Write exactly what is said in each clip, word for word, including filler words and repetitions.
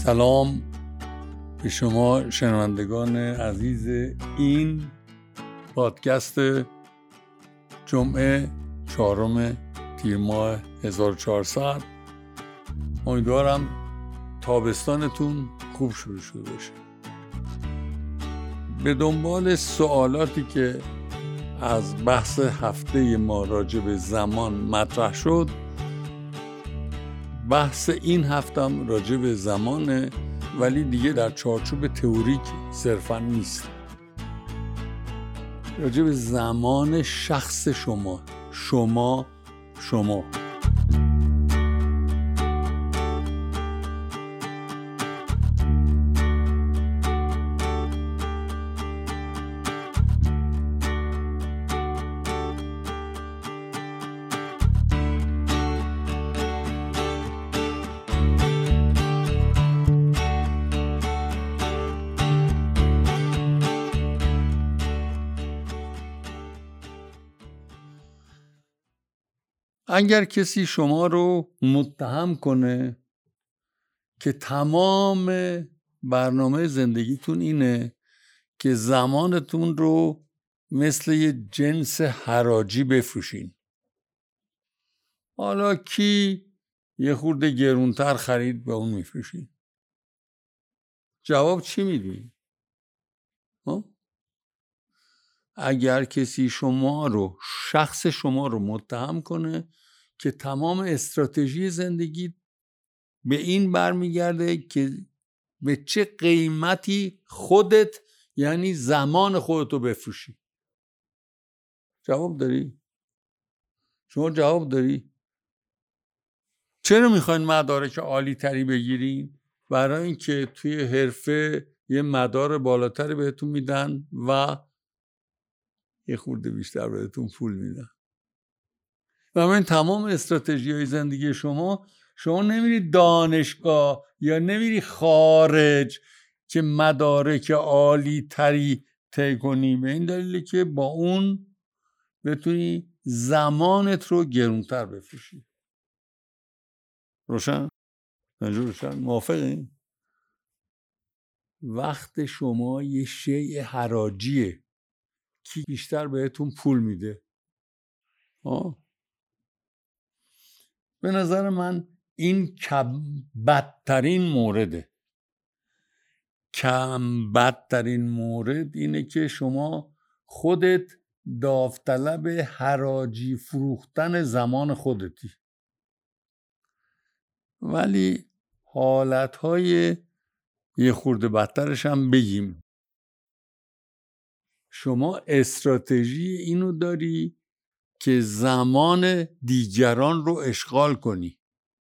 سلام به شما شنوندگان عزیز این پادکست جمعه چهارم تیر ماه هزار و چهارصد. امیدوارم تابستانتون خوب شروع شده باشه. به دنبال سوالاتی که از بحث هفته ما راجع به زمان مطرح شد، بحث این هفتم راجع به زمانه، ولی دیگه در چارچوب تئوریک صرفا نیست. راجع به زمان شخص شما شما شما اگر کسی شما رو متهم کنه که تمام برنامه زندگیتون اینه که زمانتون رو مثل یه جنس حراجی بفروشین، حالا کی یه خورده گرونتر خرید به اون میفروشین، جواب چی میدی؟ اگر کسی شما رو شخص شما رو متهم کنه که تمام استراتژی زندگی به این برمیگرده که به چه قیمتی خودت یعنی زمان خودتو بفروشی، جواب داری؟ شما جواب داری؟ چرا میخواین مدارک عالی تری بگیرین؟ برای اینکه توی حرفه یه مدار بالاتری بهتون میدن و یه خورده بیشتر بهتون پول میدن. و من تمام استراتژی های زندگی شما شما نمیری دانشگاه یا نمیری خارج که مدارک عالی تری طی کنی، به این دلیله که با اون بتونی زمانت رو گرونتر بفروشی. روشن؟ منظور روشن؟ موافقین؟ وقت شما یه شیء حراجیه، کی بیشتر بهتون پول میده؟ آه به نظر من این کم بدترین مورده. کم بدترین مورد اینه که شما خودت داوطلب حراجی فروختن زمان خودتی. ولی حالتهای یه خورده بدترش هم بگیم. شما استراتژی اینو داری که زمان دیگران رو اشغال کنی،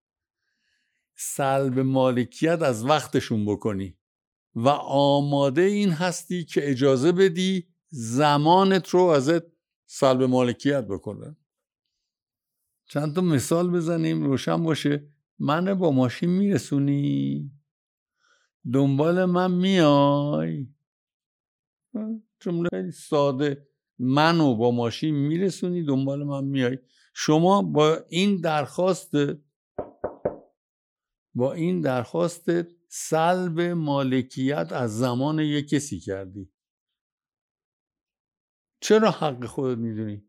سلب مالکیت از وقتشون بکنی و آماده این هستی که اجازه بدی زمانت رو ازت سلب مالکیت بکنن. چند تا مثال بزنیم روشن باشه. من با ماشین میرسونی؟ دنبال من میای؟ جمله خیلی ساده. منو با ماشین میرسونی؟ دنبال من میای؟ شما با این درخواست با این درخواست سلب مالکیت از زمان یک کسی کردی. چرا حق خودت میدونی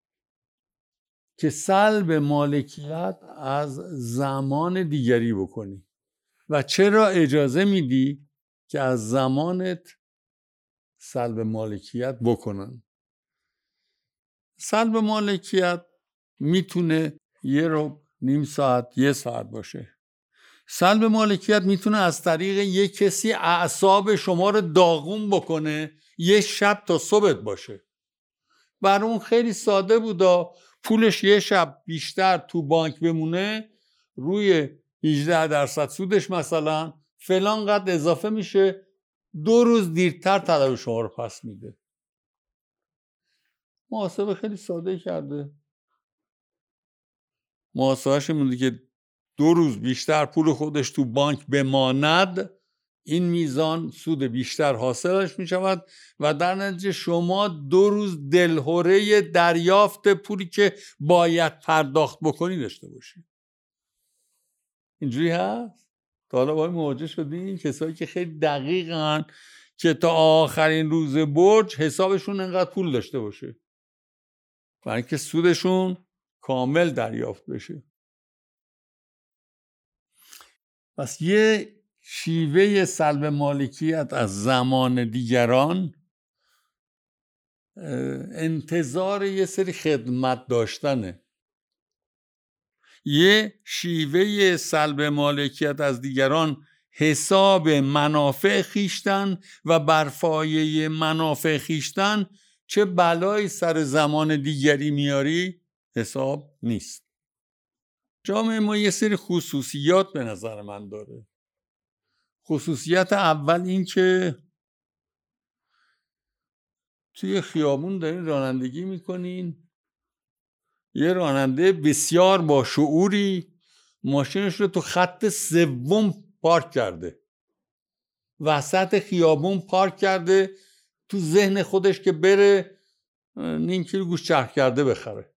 که سلب مالکیت از زمان دیگری بکنی و چرا اجازه میدی که از زمانت سلب مالکیت بکنن؟ سلب مالکیت میتونه یه رو نیم ساعت یه ساعت باشه. سلب مالکیت میتونه از طریق یه کسی اعصاب شما رو داغون بکنه یه شب تا صبحت باشه. برای اون خیلی ساده بودا پولش یه شب بیشتر تو بانک بمونه، روی هجده درصد سودش مثلا فلان قد اضافه میشه، دو روز دیرتر طلب شما رو پس میده. محاسبه خیلی ساده کرده. محاسبهش میده که دو روز بیشتر پول خودش تو بانک بماند، این میزان سود بیشتر حاصلش میشود و در نتیجه شما دو روز دلهوره دریافت پولی که باید پرداخت بکنی داشته باشی. اینجوری هست؟ تا حالا باید مواجه شدین کسایی که خیلی دقیقن که تا آخرین روز برج حسابشون انقدر پول داشته باشه برای اینکه سودشون کامل دریافت بشه. پس یه شیوه سلب مالکیت از زمان دیگران انتظار یه سری خدمت داشتنه. یه شیوه سلب مالکیت از دیگران حساب منافع خیشتن و برپایه منافع خیشتن چه بلایی سر زمان دیگری میاری حساب نیست. جامعه ما یه سری خصوصیات به نظر من داره. خصوصیت اول این که توی خیابون دارین رانندگی میکنین، یه راننده بسیار با شعوری ماشینش رو تو خط سوم پارک کرده، وسط خیابون پارک کرده، تو ذهن خودش که بره نیم کیلو گوشت چرخ کرده بخره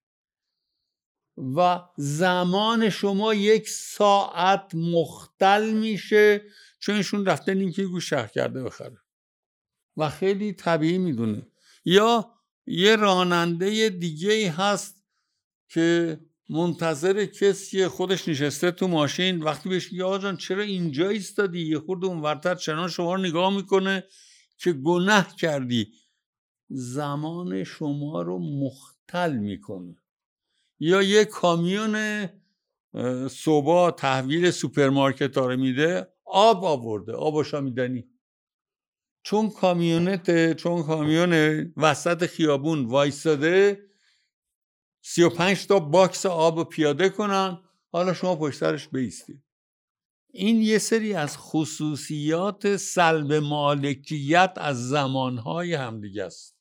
و زمان شما یک ساعت مختل میشه چون ایشون رفته نیم کیلو گوشت چرخ کرده بخره و خیلی طبیعی میدونه. یا یه راننده دیگه هست که منتظر کسی خودش نشسته تو ماشین، وقتی بهش میگه آقا جان چرا اینجا ایستادی، یه خورده اونورتر چنان شما رو نگاه میکنه که گناه کردی، زمان شما رو مختل میکنه. یا یه کامیون صبح تحویل سوپرمارکت ها رو میده، آب آورده، آب آشامیدنی، چون کامیونته چون کامیون وسط خیابون وایستاده سی و پنج تا باکس آب پیاده کنن، حالا شما پشت سرش بایستید. این یه سری از خصوصیات سلب مالکیت از زمانهای همدیگه است.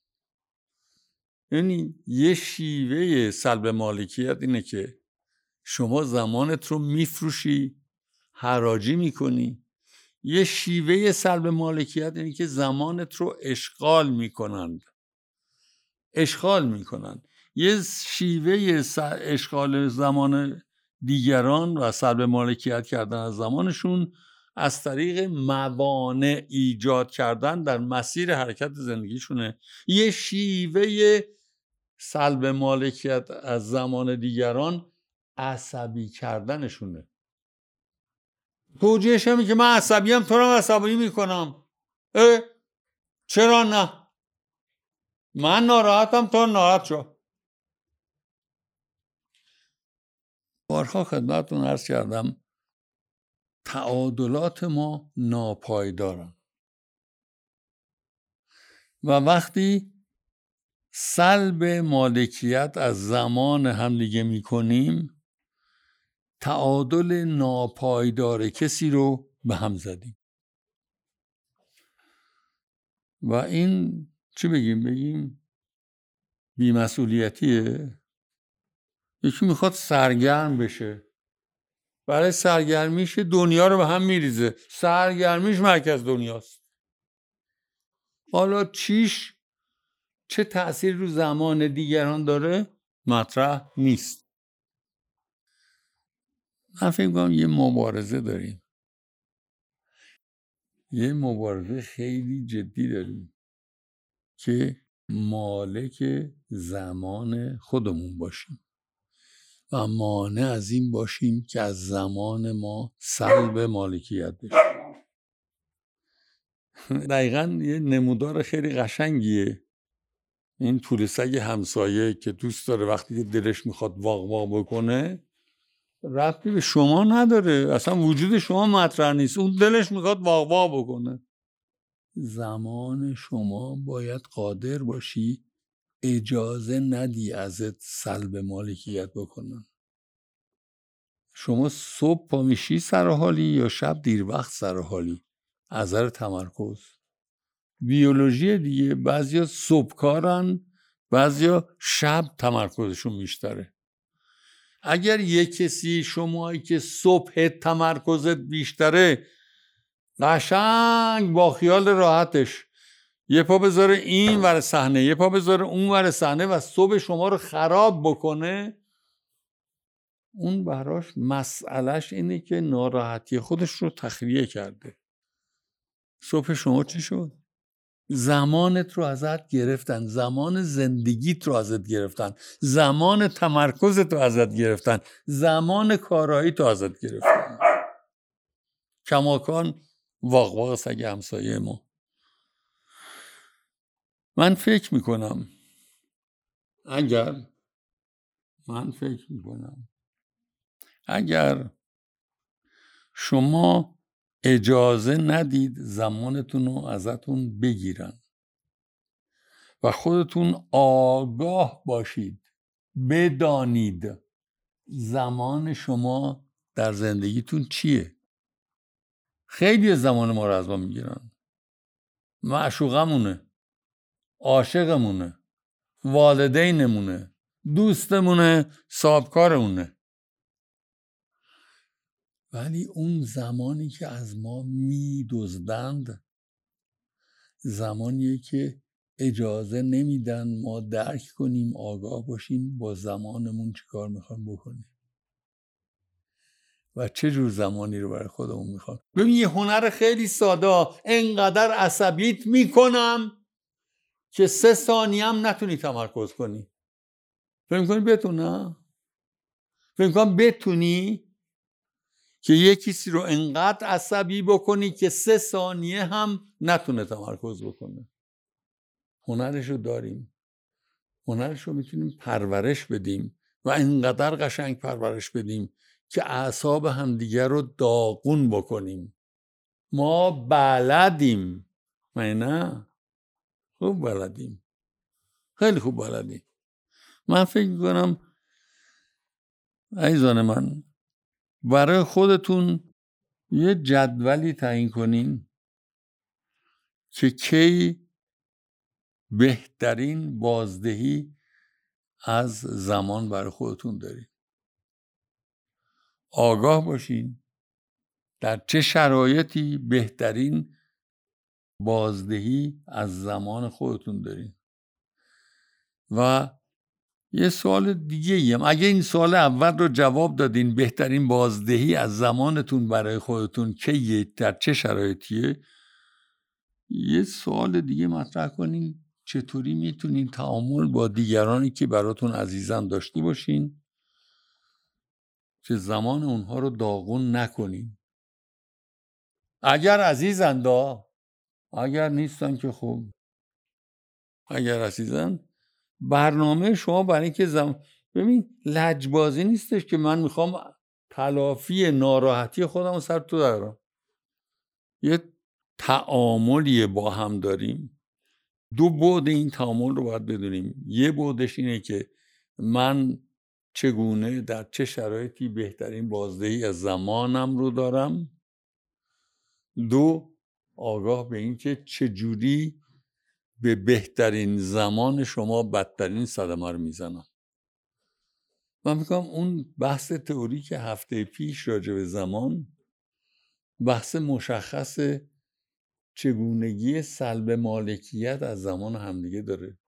یعنی یه شیوه سلب مالکیت اینه که شما زمانت رو میفروشی، حراجی میکنی. یه شیوه سلب مالکیت اینه که زمانت رو اشغال میکنند اشغال میکنند یه شیوه اشغال زمان دیگران و سلب مالکیت کردن از زمانشون از طریق موانع ایجاد کردن در مسیر حرکت زندگیشونه. یه شیوه سلب مالکیت از زمان دیگران عصبی کردنشونه. توجیهش همین که من عصبیم تو رو عصبی میکنم. اه چرا نه؟ من ناراحتم تو ناراحت شو. بارها خدمتتون عرض کردم تعادلات ما ناپایدارن و وقتی سلب مالکیت از زمان همدیگه میکنیم تعادل ناپایدار کسی رو به هم زدیم. و این چی بگیم؟ بگیم بی‌مسئولیتیه. یکی میخواد سرگرم بشه، برای سرگرمیش دنیا رو به هم میریزه، سرگرمیش مرکز دنیاست. حالا چیش چه تأثیر رو زمان دیگران داره مطرح نیست. من فکر می‌کنم یه مبارزه داریم، یه مبارزه خیلی جدی داریم که مالک زمان خودمون باشیم و مانع از این باشیم که از زمان ما سلب مالکیت بشه. دقیقاً یه نمودار خیلی قشنگیه این توله سگ همسایه که دوست داره وقتی که دلش میخواد واق واق بکنه ربطی به شما نداره، اصلا وجود شما مطرح نیست، اون دلش میخواد واق واق بکنه. زمان شما باید قادر باشی اجازه ندی ازت سلب مالکیت بکنن. شما صبح پا میشی سر حالی یا شب دیر وقت سر حالی؟ از نظر تمرکز بیولوژی دیگه، بعضیا صبح کارن، بعضیا شب تمرکزشون بیشتره. اگر یک کسی شمایی که صبح تمرکزت بیشتره قشنگ با خیال راحتش یه پا بذاره این ور صحنه یه پا بذاره اون ور صحنه و صبح شما رو خراب بکنه، اون براش مسئلهش اینه که ناراحتی خودش رو تخلیه کرده. صبح شما چی شد؟ زمانت رو ازت گرفتن، زمان زندگیت رو ازت گرفتن، زمان تمرکزت رو ازت گرفتن، زمان کارایی رو ازت گرفتن. کماکان واق واق سگ همسایه ما. من فکر میکنم اگر من فکر میکنم اگر شما اجازه ندید زمانتون رو ازتون بگیرن و خودتون آگاه باشید، بدانید زمان شما در زندگیتون چیه. خیلی زمان ما رو از ما میگیرن. معشوقمونه، عاشقمونه، والدینمونه، دوستمونه، صاحبکارمونه. ولی اون زمانی که از ما میدزدند زمانیه که اجازه نمیدن ما درک کنیم، آگاه باشیم با زمانمون چی کار میخوایم بکنیم و چه جور زمانی رو برای خودمون میخوایم. ببین یه هنر خیلی ساده، انقدر عصبیت میکنم که سه ثانیه هم نتونی تمرکز کنی. فکر میکنی بتونه؟ فکر میکنم بتونی که یه کسی رو انقدر عصبی بکنی که سه ثانیه هم نتونه تمرکز بکنه. هنرشو داریم، هنرشو میتونیم پرورش بدیم و انقدر قشنگ پرورش بدیم که اعصاب همدیگر رو داغون بکنیم. ما بلدیم، من نه خوب بلدیم، خیلی خوب بلدیم. من فکر میکنم عزیزان من برای خودتون یه جدولی تعیین کنین که کی بهترین بازدهی از زمان برای خودتون دارین. آگاه باشین در چه شرایطی بهترین بازدهی از زمان خودتون دارین. و یه سوال دیگه هم، اگه این سوال اول رو جواب دادین بهترین بازدهی از زمانتون برای خودتون کیه، در چه شرایطیه، یه سوال دیگه مطرح کنین چطوری میتونین تعامل با دیگرانی که براتون عزیزن داشته باشین که زمان اونها رو داغون نکنین. اگر عزیزن دا، اگر نیستن که خوب، اگر عزیزن برنامه شما برای اینکه زمان، ببین لجبازی نیستش که من میخوام تلافی ناراحتی خودم رو سر تو دارم. یه تعاملی با هم داریم، دو بعد این تعامل رو باید بدونیم. یه بعدش اینه که من چگونه در چه شرایطی بهترین بازدهی از زمانم رو دارم. دو، آگاه به این که چجوری به بهترین زمان شما بدترین صدمه رو میزنم. من میگم اون بحث تئوری که هفته پیش راجع به زمان، بحث مشخص چگونگی سلب مالکیت از زمان همدیگه داره،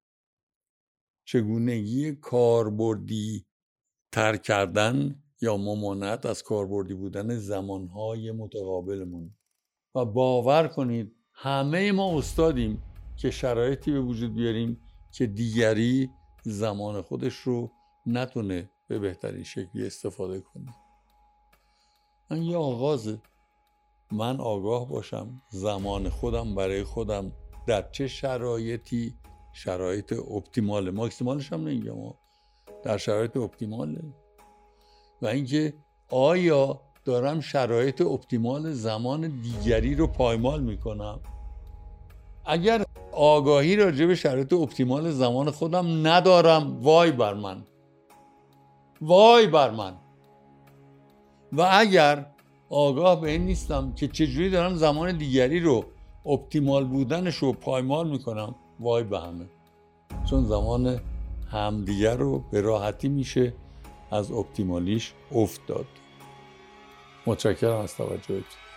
چگونگی کاربردی تر کردن یا ممانعت از کاربردی بودن زمانهای متقابلمون. و باور کنید همه ما استادیم که شرایطی به وجود بیاریم که دیگری زمان خودش رو نتونه به بهترین شکلی استفاده کنه. من یه آغازه، من آگاه باشم زمان خودم برای خودم در چه شرایطی شرایط اپتیماله، ماکسیمالش هم نمیگم، در شرایط اپتیماله. و اینکه آیا دارم شرایط اپتیمال زمان دیگری رو پایمال میکنم. اگر آگاهی راجع به شرایط اپتیمال زمان خودم ندارم، وای بر من، وای بر من. و اگر آگاه به این نیستم که چجوری دارم زمان دیگری رو اپتیمال بودنش رو پایمال میکنم، وای به همه. چون زمان همدیگر رو به راحتی میشه از اپتیمالیش افت داد. متشکرم از توجهتون.